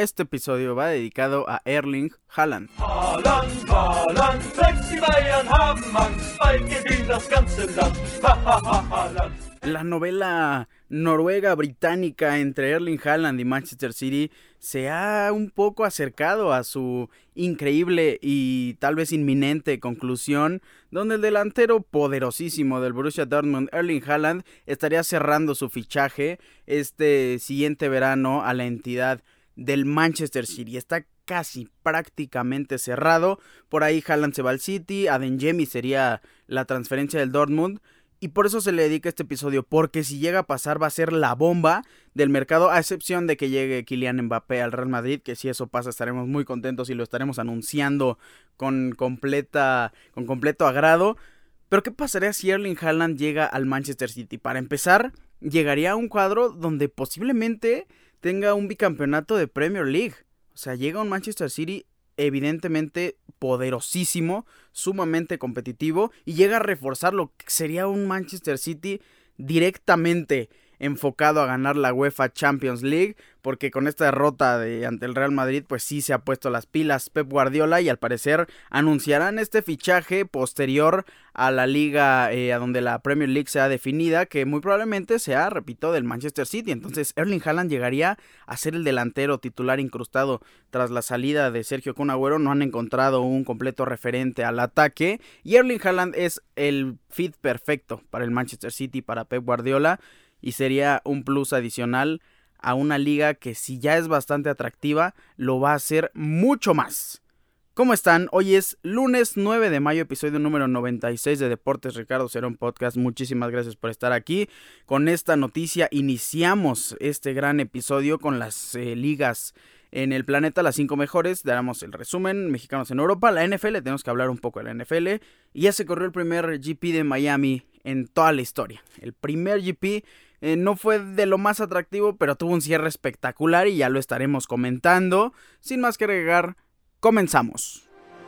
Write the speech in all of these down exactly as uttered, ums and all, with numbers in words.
Este episodio va dedicado a Erling Haaland. Haaland, Haaland, sechs die Bayern haben Angst, bald gewinnt das ganze Land. Ha, ha, ha, Haaland. La novela noruega británica entre Erling Haaland y Manchester City se ha un poco acercado a su increíble y tal vez inminente conclusión, donde el delantero poderosísimo del Borussia Dortmund, Erling Haaland, estaría cerrando su fichaje este siguiente verano a la entidad del Manchester City. Está casi prácticamente cerrado. Por ahí Haaland se va al City, Adeyemi sería la transferencia del Dortmund. Y por eso se le dedica este episodio, porque si llega a pasar va a ser la bomba del mercado, a excepción de que llegue Kylian Mbappé al Real Madrid, que si eso pasa estaremos muy contentos y lo estaremos anunciando con, completa, con completo agrado. Pero ¿qué pasaría si Erling Haaland llega al Manchester City? Para empezar, llegaría a un cuadro donde posiblemente tenga un bicampeonato de Premier League. O sea, llega a un Manchester City evidentemente poderosísimo, sumamente competitivo, y llega a reforzar lo que sería un Manchester City directamente enfocado a ganar la UEFA Champions League, porque con esta derrota de, ante el Real Madrid, pues sí se ha puesto las pilas Pep Guardiola, y al parecer anunciarán este fichaje posterior a la liga, eh, a donde la Premier League sea definida, que muy probablemente sea, repito, del Manchester City. Entonces Erling Haaland llegaría a ser el delantero titular incrustado tras la salida de Sergio Kun Agüero. No han encontrado un completo referente al ataque, y Erling Haaland es el fit perfecto para el Manchester City, para Pep Guardiola, y sería un plus adicional a una liga que, si ya es bastante atractiva, lo va a hacer mucho más. ¿Cómo están? Hoy es lunes nueve de mayo, episodio número noventa y seis de Deportes Ricardo Cerón Podcast. Muchísimas gracias por estar aquí. Con esta noticia iniciamos este gran episodio con las eh, ligas en el planeta, las cinco mejores. Damos el resumen, mexicanos en Europa, la N F L, tenemos que hablar un poco de la N F L. Y ya se corrió el primer G P de Miami en toda la historia. El primer G P eh, no fue de lo más atractivo, pero tuvo un cierre espectacular y ya lo estaremos comentando. Sin más que agregar, comenzamos.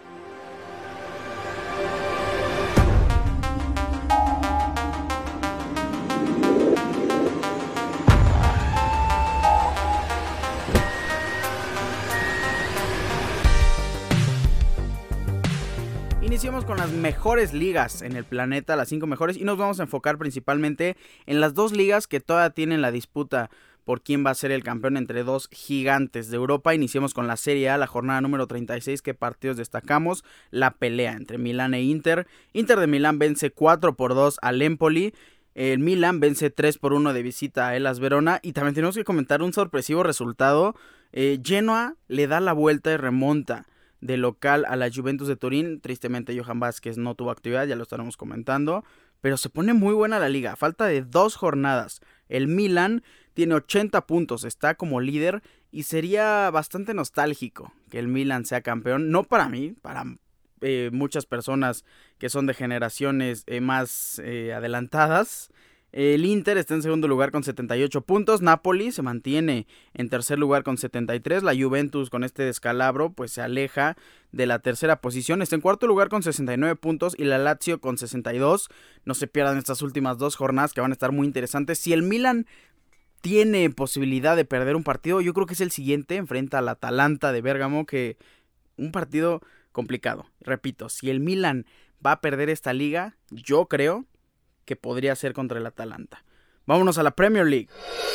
Iniciamos con las mejores ligas en el planeta, las cinco mejores, y nos vamos a enfocar principalmente en las dos ligas que todavía tienen la disputa por quién va a ser el campeón entre dos gigantes de Europa. Iniciamos con la Serie A, la jornada número treinta y seis. ¿Qué partidos destacamos? La pelea entre Milán e Inter. Inter de Milán vence cuatro por dos al Empoli. El Milán vence tres por uno de visita a Hellas Verona. Y también tenemos que comentar un sorpresivo resultado. Eh, Genoa le da la vuelta y remonta de local a la Juventus de Turín. Tristemente Johan Vázquez no tuvo actividad, ya lo estaremos comentando, pero se pone muy buena la liga. A falta de dos jornadas, el Milan tiene ochenta puntos, está como líder, y sería bastante nostálgico que el Milan sea campeón. No para mí, para eh, muchas personas que son de generaciones eh, más eh, adelantadas. El Inter está en segundo lugar con setenta y ocho puntos, Napoli se mantiene en tercer lugar con setenta y tres, la Juventus con este descalabro pues se aleja de la tercera posición, está en cuarto lugar con sesenta y nueve puntos, y la Lazio con sesenta y dos. No se pierdan estas últimas dos jornadas que van a estar muy interesantes. Si el Milan tiene posibilidad de perder un partido, yo creo que es el siguiente, enfrenta al Atalanta de Bérgamo, que un partido complicado. Repito, si el Milan va a perder esta liga, yo creo que podría ser contra el Atalanta. Vámonos a la Premier League.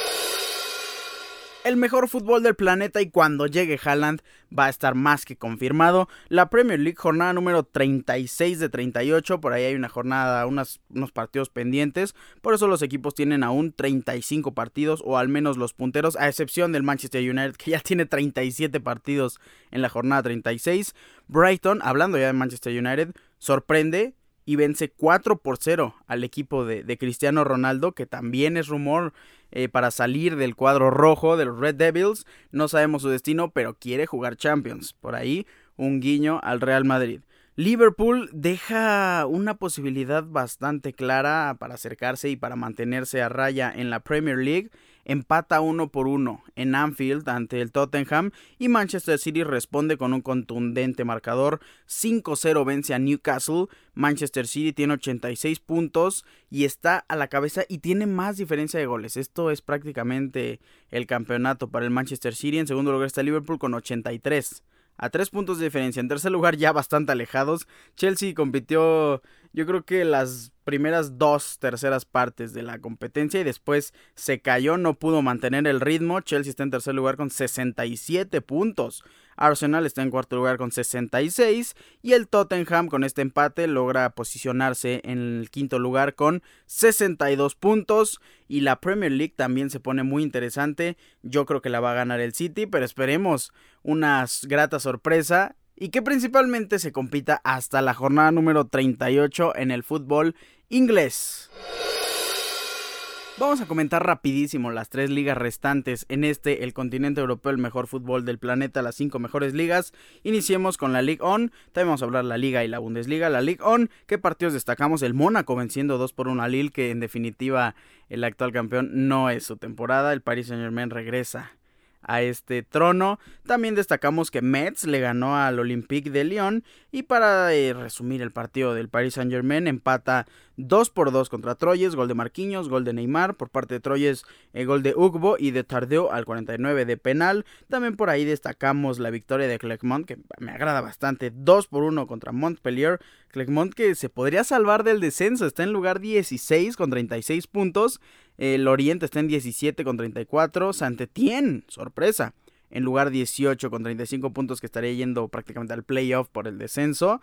El mejor fútbol del planeta, y cuando llegue Haaland va a estar más que confirmado. La Premier League, jornada número treinta y seis de treinta y ocho. Por ahí hay una jornada, unas, unos partidos pendientes. Por eso los equipos tienen aún treinta y cinco partidos, o al menos los punteros, a excepción del Manchester United, que ya tiene treinta y siete partidos en la jornada treinta y seis. Brighton, hablando ya de Manchester United, sorprende y vence cuatro por cero al equipo de, de Cristiano Ronaldo, que también es rumor eh, para salir del cuadro rojo de los Red Devils. No sabemos su destino, pero quiere jugar Champions. Por ahí un guiño al Real Madrid. Liverpool deja una posibilidad bastante clara para acercarse y para mantenerse a raya en la Premier League empata uno por uno en Anfield ante el Tottenham y Manchester City responde con un contundente marcador. cinco cero vence a Newcastle. Manchester City tiene ochenta y seis puntos y está a la cabeza y tiene más diferencia de goles. Esto es prácticamente el campeonato para el Manchester City. En segundo lugar está Liverpool con ochenta y tres. A tres puntos de diferencia. En tercer lugar, ya bastante alejados, Chelsea compitió, yo creo que las primeras dos terceras partes de la competencia y después se cayó, no pudo mantener el ritmo. Chelsea está en tercer lugar con sesenta y siete puntos. Arsenal está en cuarto lugar con sesenta y seis y el Tottenham con este empate logra posicionarse en el quinto lugar con sesenta y dos puntos. Y la Premier League también se pone muy interesante. Yo creo que la va a ganar el City, pero esperemos una grata sorpresa y que principalmente se compita hasta la jornada número treinta y ocho en el fútbol inglés. Vamos a comentar rapidísimo las tres ligas restantes en este, el continente europeo, el mejor fútbol del planeta, las cinco mejores ligas. Iniciemos con la Ligue uno, también vamos a hablar la Liga y la Bundesliga. La Ligue uno, ¿qué partidos destacamos? El Mónaco venciendo dos por uno a Lille, que en definitiva el actual campeón no es su temporada. El Paris Saint-Germain regresa a este trono. También destacamos que Metz le ganó al Olympique de Lyon. Y para eh, resumir el partido del Paris Saint-Germain, empata dos por dos contra Troyes, gol de Marquinhos, gol de Neymar, por parte de Troyes eh, gol de Ugbo y de Tardeo al cuarenta y nueve de penal. También por ahí destacamos la victoria de Clermont, que me agrada bastante, dos por uno contra Montpellier. Clermont que se podría salvar del descenso, está en lugar dieciséis con treinta y seis puntos, el Oriente está en diecisiete con treinta y cuatro, Saint-Étienne, sorpresa, en lugar dieciocho con treinta y cinco puntos, que estaría yendo prácticamente al playoff por el descenso,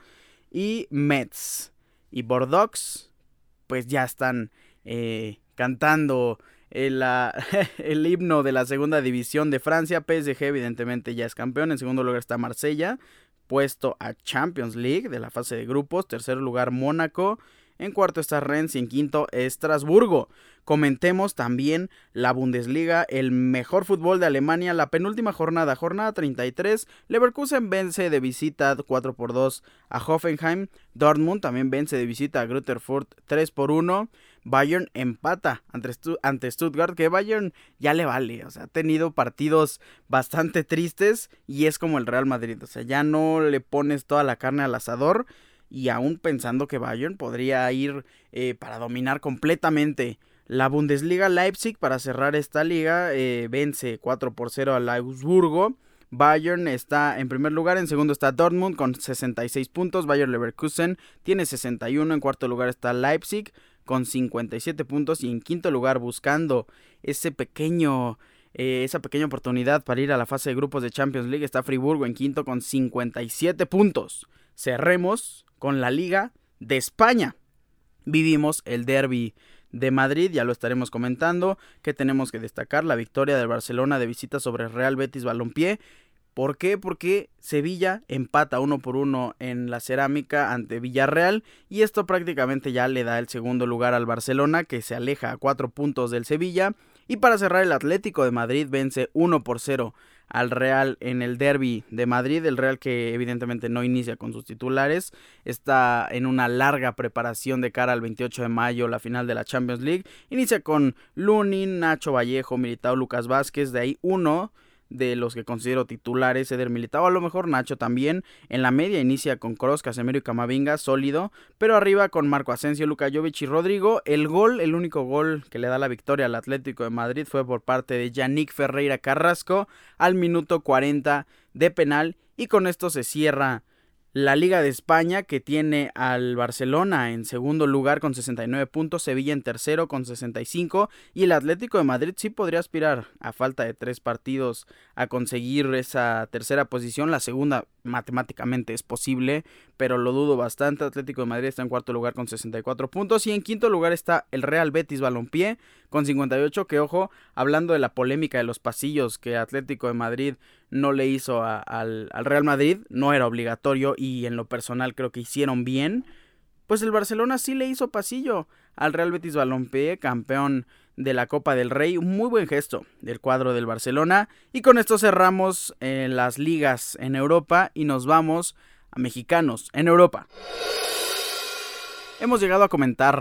y Metz y Bordeaux pues ya están eh, cantando el, uh, el himno de la segunda división de Francia. P S G evidentemente ya es campeón. En segundo lugar está Marsella, puesto a Champions League de la fase de grupos. Tercer lugar Mónaco. En cuarto está Rennes y en quinto Estrasburgo. Comentemos también la Bundesliga, el mejor fútbol de Alemania, la penúltima jornada, jornada treinta y tres. Leverkusen vence de visita cuatro por dos a Hoffenheim. Dortmund también vence de visita a Greuther Fürth tres por uno. Bayern empata ante, Stu- ante Stuttgart, que Bayern ya le vale, o sea, ha tenido partidos bastante tristes y es como el Real Madrid, o sea, ya no le pones toda la carne al asador. Y aún pensando que Bayern podría ir eh, para dominar completamente la Bundesliga. Leipzig, para cerrar esta liga, eh, vence cuatro por cero al Augsburgo. Bayern está en primer lugar, en segundo está Dortmund con sesenta y seis puntos. Bayer Leverkusen tiene sesenta y uno, en cuarto lugar está Leipzig con cincuenta y siete puntos y en quinto lugar, buscando ese pequeño... Eh, esa pequeña oportunidad para ir a la fase de grupos de Champions League, está Friburgo en quinto con cincuenta y siete puntos. Cerremos con la Liga de España. Vivimos el derbi de Madrid, ya lo estaremos comentando. ¿Qué tenemos que destacar? La victoria del Barcelona de visita sobre Real Betis Balompié. ¿Por qué? Porque Sevilla empata uno por uno en la Cerámica ante Villarreal y esto prácticamente ya le da el segundo lugar al Barcelona, que se aleja a cuatro puntos del Sevilla. Y para cerrar, el Atlético de Madrid vence uno por cero al Real en el derbi de Madrid. El Real, que evidentemente no inicia con sus titulares, está en una larga preparación de cara al veintiocho de mayo, la final de la Champions League. Inicia con Lunin, Nacho Vallejo, Militao, Lucas Vázquez, de ahí uno de los que considero titulares, Eder Militao, a lo mejor Nacho también. En la media inicia con Kroos, Casemiro y Camavinga, sólido, pero arriba con Marco Asensio, Luka Jovic y Rodrigo. El gol, el único gol que le da la victoria al Atlético de Madrid fue por parte de Yannick Ferreira Carrasco al minuto cuarenta de penal, y con esto se cierra la Liga de España, que tiene al Barcelona en segundo lugar con sesenta y nueve puntos, Sevilla en tercero con sesenta y cinco y el Atlético de Madrid sí podría aspirar, a falta de tres partidos, a conseguir esa tercera posición. La segunda matemáticamente es posible, pero lo dudo bastante. Atlético de Madrid está en cuarto lugar con sesenta y cuatro puntos y en quinto lugar está el Real Betis Balompié con cincuenta y ocho, que ojo, hablando de la polémica de los pasillos que Atlético de Madrid no le hizo a, al, al Real Madrid, no era obligatorio y en lo personal creo que hicieron bien, pues el Barcelona sí le hizo pasillo al Real Betis Balompié, campeón de la Copa del Rey. Un muy buen gesto del cuadro del Barcelona. Y con esto cerramos eh, las ligas en Europa y nos vamos a mexicanos en Europa. Hemos llegado a comentar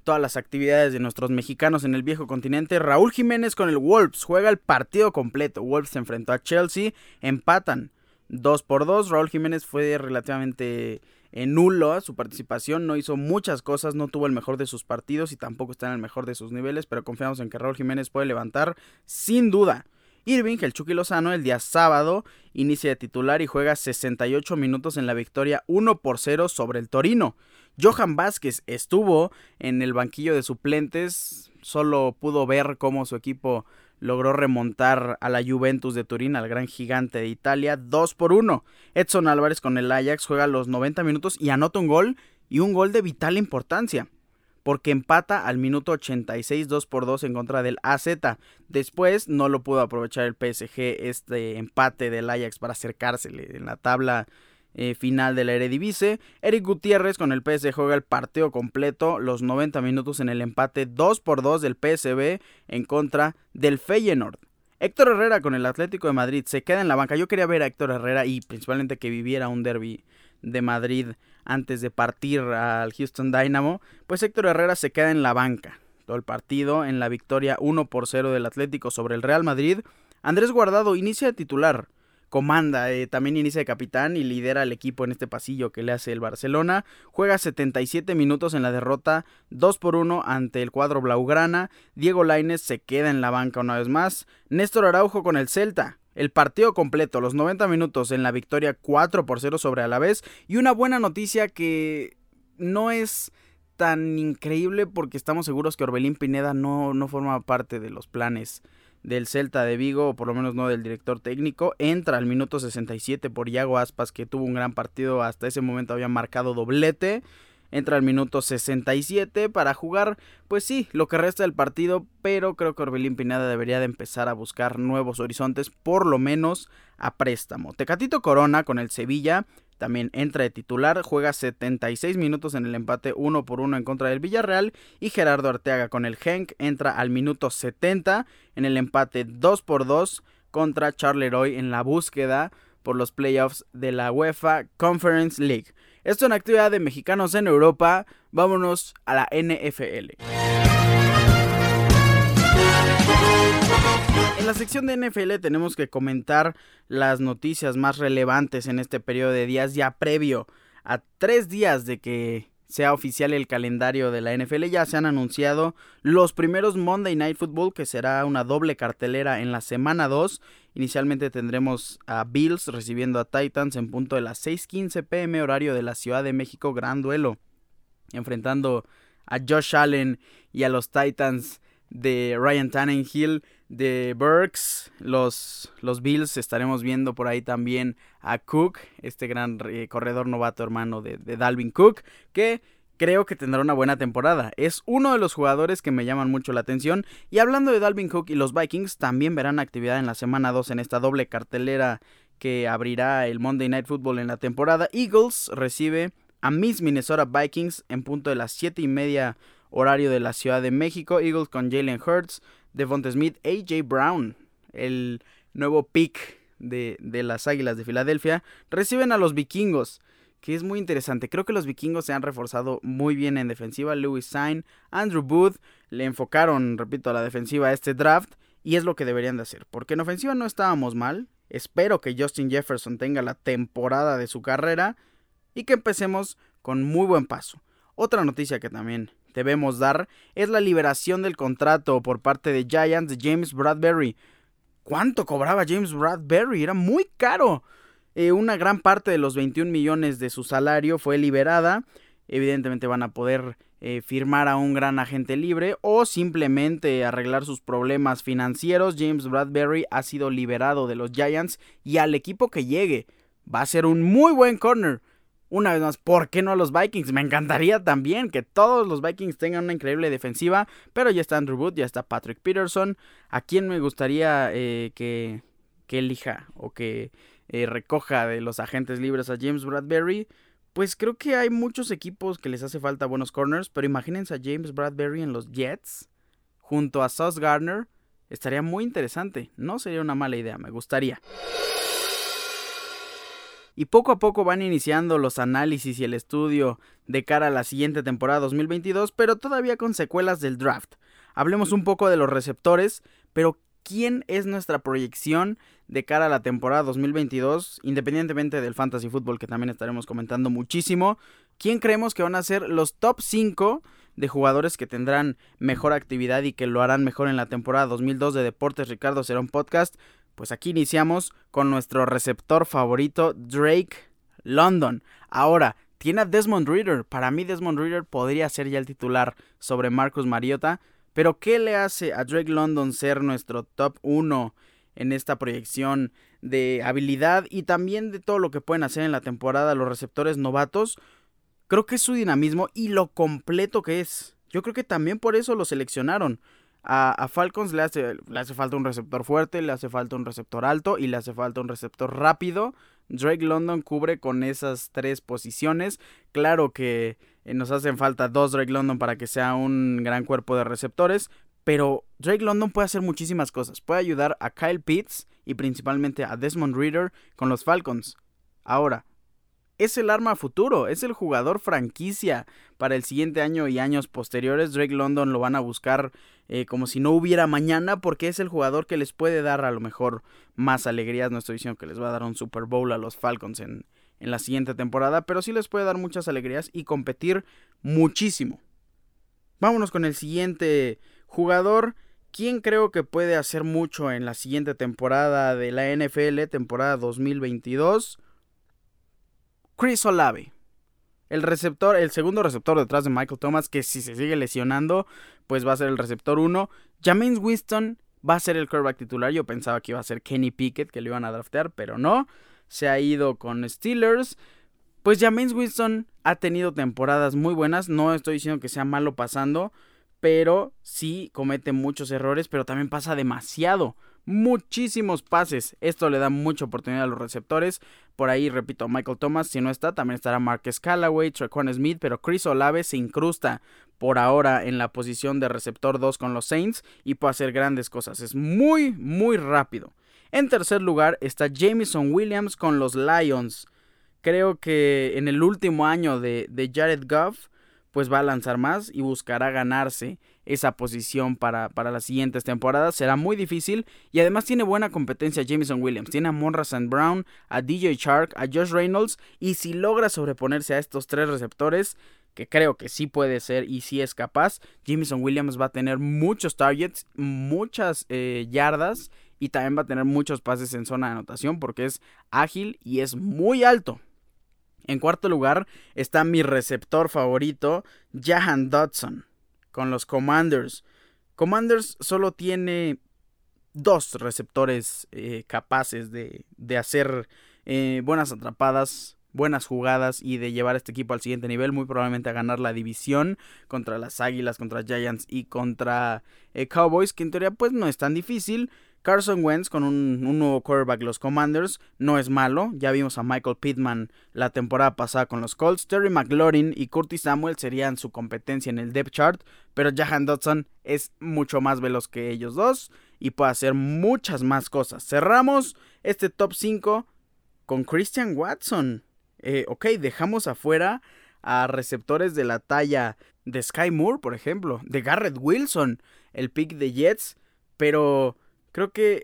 todas las actividades de nuestros mexicanos en el viejo continente. Raúl Jiménez con el Wolves juega el partido completo. Wolves se enfrentó a Chelsea, empatan dos por dos. Raúl Jiménez fue relativamente eh, nulo a su participación, no hizo muchas cosas, no tuvo el mejor de sus partidos y tampoco está en el mejor de sus niveles, pero confiamos en que Raúl Jiménez puede levantar sin duda. Irving, el Chucky Lozano, el día sábado inicia de titular y juega sesenta y ocho minutos en la victoria uno por cero sobre el Torino. Johan Vázquez estuvo en el banquillo de suplentes, solo pudo ver cómo su equipo logró remontar a la Juventus de Turín, al gran gigante de Italia, dos por uno. Edson Álvarez con el Ajax juega los noventa minutos y anota un gol, y un gol de vital importancia, porque empata al minuto ochenta y seis, dos por dos en contra del A Z. Después no lo pudo aprovechar el P S G, este empate del Ajax, para acercársele en la tabla eh, final de la Eredivisie. Eric Gutiérrez con el P S G juega el partido completo, los noventa minutos en el empate dos por dos del P S V en contra del Feyenoord. Héctor Herrera con el Atlético de Madrid se queda en la banca. Yo quería ver a Héctor Herrera y principalmente que viviera un derbi de Madrid antes de partir al Houston Dynamo. Pues Héctor Herrera se queda en la banca todo el partido en la victoria uno por cero del Atlético sobre el Real Madrid. Andrés Guardado inicia de titular, comanda, eh, también inicia de capitán y lidera al equipo en este pasillo que le hace el Barcelona. Juega setenta y siete minutos en la derrota dos por uno ante el cuadro blaugrana. Diego Lainez se queda en la banca una vez más. Néstor Araujo con el Celta, el partido completo, los noventa minutos en la victoria cuatro por cero sobre Alavés. Y una buena noticia que no es tan increíble porque estamos seguros que Orbelín Pineda no, no forma parte de los planes del Celta de Vigo, o por lo menos no del director técnico. Entra al minuto sesenta y siete por Iago Aspas, que tuvo un gran partido, hasta ese momento había marcado doblete. Entra al minuto sesenta y siete para jugar, pues sí, lo que resta del partido, pero creo que Orbelín Pineda debería de empezar a buscar nuevos horizontes, por lo menos a préstamo. Tecatito Corona con el Sevilla también entra de titular, juega setenta y seis minutos en el empate uno por uno en contra del Villarreal. Y Gerardo Arteaga con el Genk entra al minuto setenta en el empate dos por dos contra Charleroi en la búsqueda por los playoffs de la UEFA Conference League. Esto en actividad de mexicanos en Europa. Vámonos a la N F L. En la sección de N F L tenemos que comentar las noticias más relevantes en este periodo de días, ya previo a tres días de que sea oficial el calendario de la N F L. Ya se han anunciado los primeros Monday Night Football, que será una doble cartelera en la semana dos. Inicialmente tendremos a Bills recibiendo a Titans en punto de las seis quince pm horario de la Ciudad de México. Gran duelo, enfrentando a Josh Allen y a los Titans de Ryan Tannehill de Burks. Los, los Bills estaremos viendo por ahí también a Cook, este gran eh, corredor novato hermano de, de Dalvin Cook, que creo que tendrá una buena temporada. Es uno de los jugadores que me llaman mucho la atención. Y hablando de Dalvin Cook y los Vikings, también verán actividad en la semana dos en esta doble cartelera que abrirá el Monday Night Football en la temporada. Eagles recibe a mis Minnesota Vikings en punto de las siete y media horario de la Ciudad de México. Eagles con Jalen Hurts, Devonta Smith, A J Brown, el nuevo pick de, de las Águilas de Filadelfia, reciben a los Vikingos, que es muy interesante. Creo que los Vikingos se han reforzado muy bien en defensiva. Lewis Sain, Andrew Booth, le enfocaron, repito, a la defensiva a este draft, y es lo que deberían de hacer, porque en ofensiva no estábamos mal. Espero que Justin Jefferson tenga la temporada de su carrera y que empecemos con muy buen paso. Otra noticia que también debemos dar es la liberación del contrato por parte de Giants de James Bradberry. ¿Cuánto cobraba James Bradberry? Era muy caro. Eh, una gran parte de los veintiún millones de su salario fue liberada. Evidentemente van a poder eh, firmar a un gran agente libre o simplemente arreglar sus problemas financieros. James Bradberry ha sido liberado de los Giants y al equipo que llegue va a ser un muy buen corner. Una vez más, ¿por qué no a los Vikings? Me encantaría también que todos los Vikings tengan una increíble defensiva, pero ya está Andrew Booth, ya está Patrick Peterson. ¿A quién me gustaría eh, que, que elija o que eh, recoja de los agentes libres a James Bradberry? Pues creo que hay muchos equipos que les hace falta buenos corners, pero imagínense a James Bradberry en los Jets junto a Sauce Gardner. Estaría muy interesante, no sería una mala idea, me gustaría. y poco a poco van iniciando los análisis y el estudio de cara a la siguiente temporada dos mil veintidós, pero todavía con secuelas del draft. Hablemos un poco de los receptores, pero ¿quién es nuestra proyección de cara a la temporada dos mil veintidós? Independientemente del fantasy fútbol, que también estaremos comentando muchísimo, ¿quién creemos que van a ser los top cinco de jugadores que tendrán mejor actividad y que lo harán mejor en la temporada dos mil dos de Deportes Ricardo Cerón Podcast? Pues aquí iniciamos con nuestro receptor favorito, Drake London. Ahora, tiene a Desmond Ridder. Para mí Desmond Ridder podría ser ya el titular sobre Marcus Mariota. Pero ¿qué le hace a Drake London ser nuestro top uno en esta proyección de habilidad y también de todo lo que pueden hacer en la temporada los receptores novatos? Creo que es su dinamismo y lo completo que es. Yo creo que también por eso lo seleccionaron. A, a Falcons le hace, le hace falta un receptor fuerte, le hace falta un receptor alto y le hace falta un receptor rápido. Drake London cubre con esas tres posiciones. Claro que eh, nos hacen falta dos Drake London para que sea un gran cuerpo de receptores, pero Drake London puede hacer muchísimas cosas. Puede ayudar a Kyle Pitts y principalmente a Desmond Ridder con los Falcons. Ahora, es el arma a futuro, es el jugador franquicia para el siguiente año y años posteriores. Drake London lo van a buscar eh, como si no hubiera mañana, porque es el jugador que les puede dar a lo mejor más alegrías. No estoy diciendo que les va a dar un Super Bowl a los Falcons en, en la siguiente temporada, pero sí les puede dar muchas alegrías y competir muchísimo. Vámonos con el siguiente jugador. ¿Quién creo que puede hacer mucho en la siguiente temporada de la N F L, temporada dos mil veintidós? Chris Olave, el receptor, el segundo receptor detrás de Michael Thomas, que si se sigue lesionando, pues va a ser el receptor uno. Jameis Winston va a ser el quarterback titular. Yo pensaba que iba a ser Kenny Pickett, que lo iban a draftear, pero no. Se ha ido con Steelers. Pues Jameis Winston ha tenido temporadas muy buenas. No estoy diciendo que sea malo pasando, pero sí comete muchos errores, pero también pasa demasiado. Muchísimos pases. Esto le da mucha oportunidad a los receptores. Por ahí, repito, Michael Thomas, si no está, también estará Marquez Callaway, Tre'Quan Smith, pero Chris Olave se incrusta por ahora en la posición de receptor dos con los Saints y puede hacer grandes cosas. Es muy, muy rápido. En tercer lugar está Jameson Williams con los Lions. Creo que en el último año de, de Jared Goff, pues va a lanzar más y buscará ganarse esa posición para, para las siguientes temporadas. Será muy difícil y además tiene buena competencia Jameson Williams. Tiene a Amon-Ra Saint Brown, a D J Chark, a Josh Reynolds, y si logra sobreponerse a estos tres receptores, que creo que sí puede ser y sí es capaz, Jameson Williams va a tener muchos targets, muchas eh, yardas y también va a tener muchos pases en zona de anotación porque es ágil y es muy alto. En cuarto lugar está mi receptor favorito, Jahan Dotson, con los Commanders. Commanders solo tiene dos receptores eh, capaces de, de hacer eh, buenas atrapadas, buenas jugadas y de llevar a este equipo al siguiente nivel, muy probablemente a ganar la división contra las Águilas, contra Giants y contra eh, Cowboys, que en teoría pues no es tan difícil. Carson Wentz con un, un nuevo quarterback, los Commanders, no es malo. Ya vimos a Michael Pittman la temporada pasada con los Colts. Terry McLaurin y Curtis Samuel serían su competencia en el depth chart, pero Jahan Dotson es mucho más veloz que ellos dos y puede hacer muchas más cosas. Cerramos este top cinco con Christian Watson. Eh, ok, dejamos afuera a receptores de la talla de Sky Moore, por ejemplo, de Garrett Wilson, el pick de Jets, pero creo que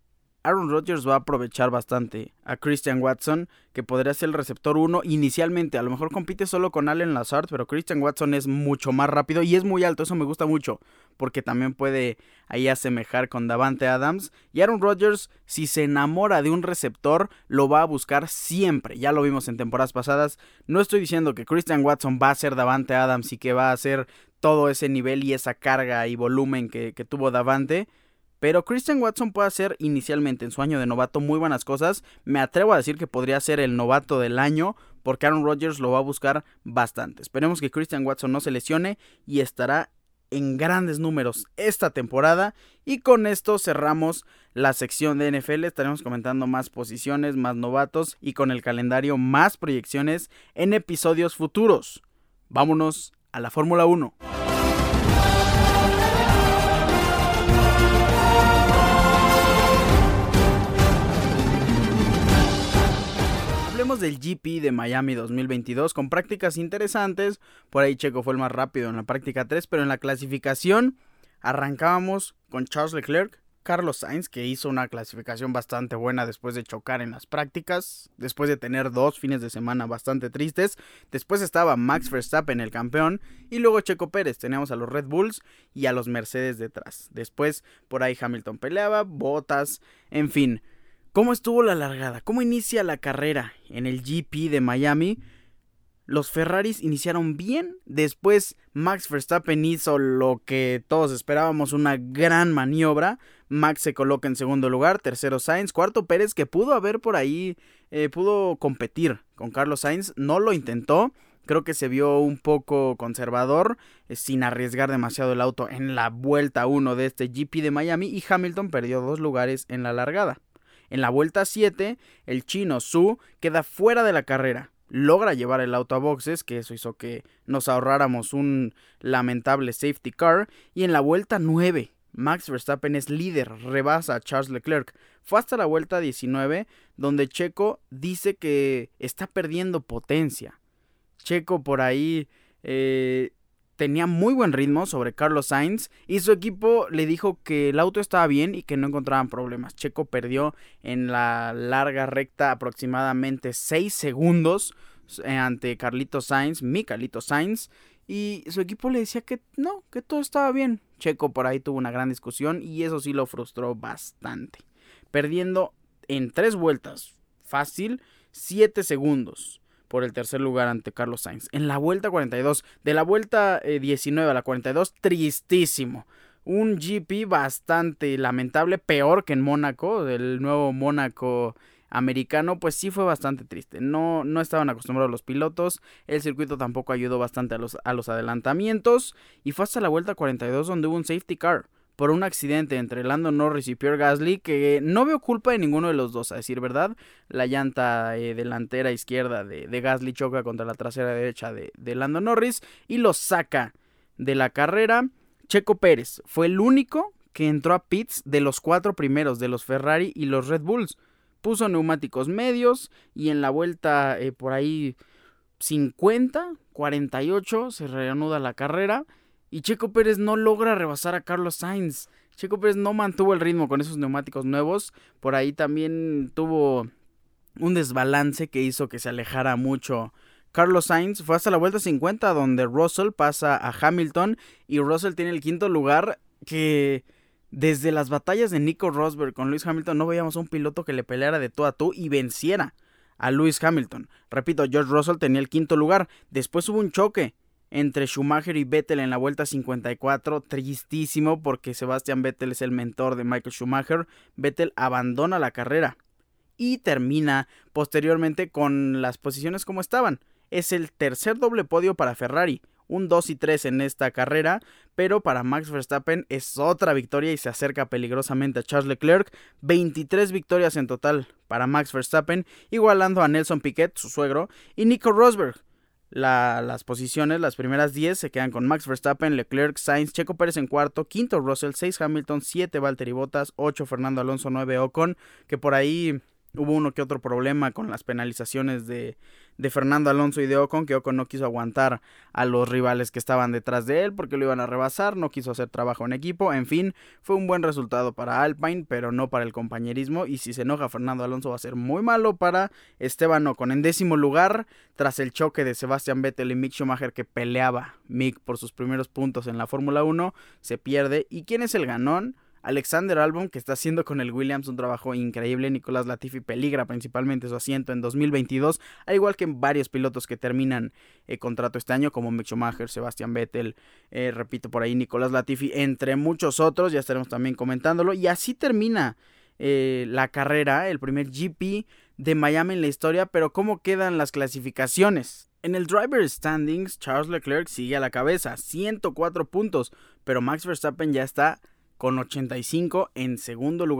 Aaron Rodgers va a aprovechar bastante a Christian Watson, que podría ser el receptor uno inicialmente. A lo mejor compite solo con Allen Lazard, pero Christian Watson es mucho más rápido y es muy alto. Eso me gusta mucho, porque también puede ahí asemejar con Davante Adams. Y Aaron Rodgers, si se enamora de un receptor, lo va a buscar siempre. Ya lo vimos en temporadas pasadas. No estoy diciendo que Christian Watson va a ser Davante Adams y que va a hacer todo ese nivel y esa carga y volumen que, que tuvo Davante, pero Christian Watson puede hacer inicialmente en su año de novato muy buenas cosas. Me atrevo a decir que podría ser el novato del año porque Aaron Rodgers lo va a buscar bastante. Esperemos que Christian Watson no se lesione y estará en grandes números esta temporada. Y con esto cerramos la sección de N F L. Estaremos comentando más posiciones, más novatos y con el calendario más proyecciones en episodios futuros. Vámonos a la Fórmula uno. hablemos del G P de Miami dos mil veintidós con prácticas interesantes. Por ahí Checo fue el más rápido en la práctica tres, pero en la clasificación arrancábamos con Charles Leclerc, Carlos Sainz, que hizo una clasificación bastante buena después de chocar en las prácticas, después de tener dos fines de semana bastante tristes. Después estaba Max Verstappen, el campeón, y luego Checo Pérez. Teníamos a los Red Bulls y a los Mercedes detrás. Después por ahí Hamilton peleaba, Bottas, en fin. ¿Cómo estuvo la largada? ¿Cómo inicia la carrera en el G P de Miami? Los Ferraris iniciaron bien, después Max Verstappen hizo lo que todos esperábamos, una gran maniobra. Max se coloca en segundo lugar, tercero Sainz, cuarto Pérez, que pudo haber por ahí, eh, pudo competir con Carlos Sainz, no lo intentó. Creo que se vio un poco conservador, eh, sin arriesgar demasiado el auto en la vuelta uno de este G P de Miami, y Hamilton perdió dos lugares en la largada. En la vuelta siete, el chino Zhou queda fuera de la carrera. Logra llevar el auto a boxes, que eso hizo que nos ahorráramos un lamentable safety car. Y en la vuelta nueve, Max Verstappen es líder, rebasa a Charles Leclerc. Fue hasta la vuelta diecinueve, donde Checo dice que está perdiendo potencia. Checo por ahí eh, tenía muy buen ritmo sobre Carlos Sainz y su equipo le dijo que el auto estaba bien y que no encontraban problemas. Checo perdió en la larga recta aproximadamente seis segundos ante Carlitos Sainz, mi Carlitos Sainz, y su equipo le decía que no, que todo estaba bien. Checo por ahí tuvo una gran discusión y eso sí lo frustró bastante, perdiendo en tres vueltas, fácil, siete segundos. Por el tercer lugar ante Carlos Sainz. En la vuelta cuarenta y dos, de la vuelta eh, diecinueve a la cuarenta y dos, tristísimo. Un G P bastante lamentable, peor que en Mónaco, del nuevo Mónaco americano, pues sí fue bastante triste. No, no estaban acostumbrados los pilotos, el circuito tampoco ayudó bastante a los, a los adelantamientos, y fue hasta la vuelta cuarenta y dos donde hubo un safety car por un accidente entre Lando Norris y Pierre Gasly, que no veo culpa de ninguno de los dos, a decir verdad. La llanta eh, delantera izquierda de, de Gasly choca contra la trasera derecha de, de Lando Norris y lo saca de la carrera. Checo Pérez fue el único que entró a pits de los cuatro primeros, de los Ferrari y los Red Bulls. Puso neumáticos medios y en la vuelta eh, por ahí cincuenta, cuarenta y ocho se reanuda la carrera. Y Checo Pérez no logra rebasar a Carlos Sainz. Checo Pérez no mantuvo el ritmo con esos neumáticos nuevos. Por ahí también tuvo un desbalance que hizo que se alejara mucho Carlos Sainz. Fue hasta la vuelta cincuenta donde Russell pasa a Hamilton. Y Russell tiene el quinto lugar, que desde las batallas de Nico Rosberg con Lewis Hamilton no veíamos a un piloto que le peleara de tú a tú y venciera a Lewis Hamilton. Repito, George Russell tenía el quinto lugar. Después hubo un choque entre Schumacher y Vettel en la vuelta cincuenta y cuatro, tristísimo porque Sebastian Vettel es el mentor de Michael Schumacher. Vettel abandona la carrera y termina posteriormente con las posiciones como estaban. Es el tercer doble podio para Ferrari, un dos y tres en esta carrera, pero para Max Verstappen es otra victoria y se acerca peligrosamente a Charles Leclerc. veintitrés victorias en total para Max Verstappen, igualando a Nelson Piquet, su suegro, y Nico Rosberg. La, las posiciones, las primeras diez se quedan con Max Verstappen, Leclerc, Sainz, Checo Pérez en cuarto, quinto Russell, seis Hamilton, siete Valtteri Bottas, ocho Fernando Alonso, nueve Ocon, que por ahí hubo uno que otro problema con las penalizaciones de, de Fernando Alonso y de Ocon, que Ocon no quiso aguantar a los rivales que estaban detrás de él porque lo iban a rebasar, no quiso hacer trabajo en equipo. En fin, fue un buen resultado para Alpine, pero no para el compañerismo, y si se enoja Fernando Alonso va a ser muy malo para Esteban Ocon. En décimo lugar, tras el choque de Sebastian Vettel y Mick Schumacher, que peleaba Mick por sus primeros puntos en la Fórmula uno, se pierde. ¿Y quién es el ganón? Alexander Albon, que está haciendo con el Williams un trabajo increíble. Nicolás Latifi peligra principalmente su asiento en dos mil veintidós, al igual que varios pilotos que terminan eh, contrato este año, como Mick Schumacher, Sebastian Vettel, eh, repito por ahí Nicolás Latifi, entre muchos otros. Ya estaremos también comentándolo. Y así termina eh, la carrera, el primer G P de Miami en la historia. Pero ¿cómo quedan las clasificaciones? En el Driver Standings, Charles Leclerc sigue a la cabeza, ciento cuatro puntos, pero Max Verstappen ya está con ochenta y cinco en segundo lugar.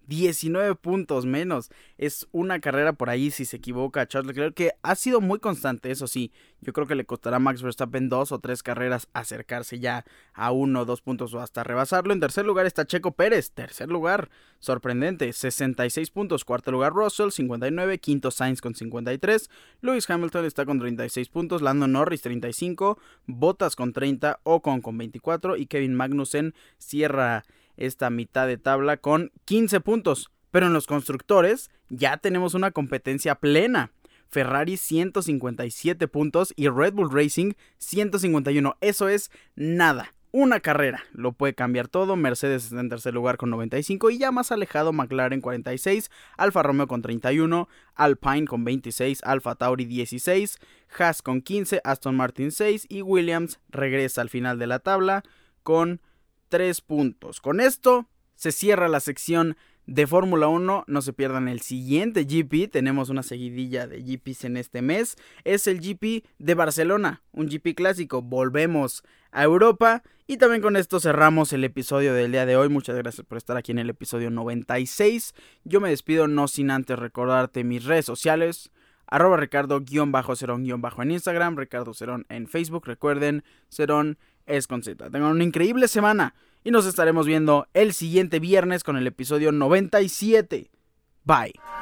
diecinueve puntos menos. Es una carrera por ahí si se equivoca Charles Leclerc, que ha sido muy constante, eso sí. Yo creo que le costará a Max Verstappen dos o tres carreras acercarse ya a uno o dos puntos o hasta rebasarlo. En tercer lugar está Checo Pérez, tercer lugar, sorprendente, sesenta y seis puntos. Cuarto lugar Russell, cincuenta y nueve. Quinto Sainz con cincuenta y tres. Lewis Hamilton está con treinta y seis puntos. Lando Norris treinta y cinco. Bottas con treinta. Ocon con veinticuatro. Y Kevin Magnussen cierra esta mitad de tabla con quince puntos. Pero en los constructores ya tenemos una competencia plena. Ferrari ciento cincuenta y siete puntos y Red Bull Racing ciento cincuenta y uno. Eso es nada. Una carrera lo puede cambiar todo. Mercedes está en tercer lugar con noventa y cinco y ya más alejado McLaren cuarenta y seis, Alfa Romeo con treinta y uno, Alpine con veintiséis, Alfa Tauri dieciséis, Haas con quince, Aston Martin seis y Williams regresa al final de la tabla con tres puntos. Con esto se cierra la sección de Fórmula uno. No se pierdan el siguiente G P. Tenemos una seguidilla de G Ps en este mes. Es el G P de Barcelona, un G P clásico. Volvemos a Europa. Y también con esto cerramos el episodio del día de hoy. Muchas gracias por estar aquí en el episodio noventa y seis. Yo me despido no sin antes recordarte mis redes sociales. Arroba Ricardo-Cerón- en Instagram, Ricardo Cerón en Facebook. Recuerden, Cerón es con Z. Tengan una increíble semana y nos estaremos viendo el siguiente viernes con el episodio noventa y siete. Bye.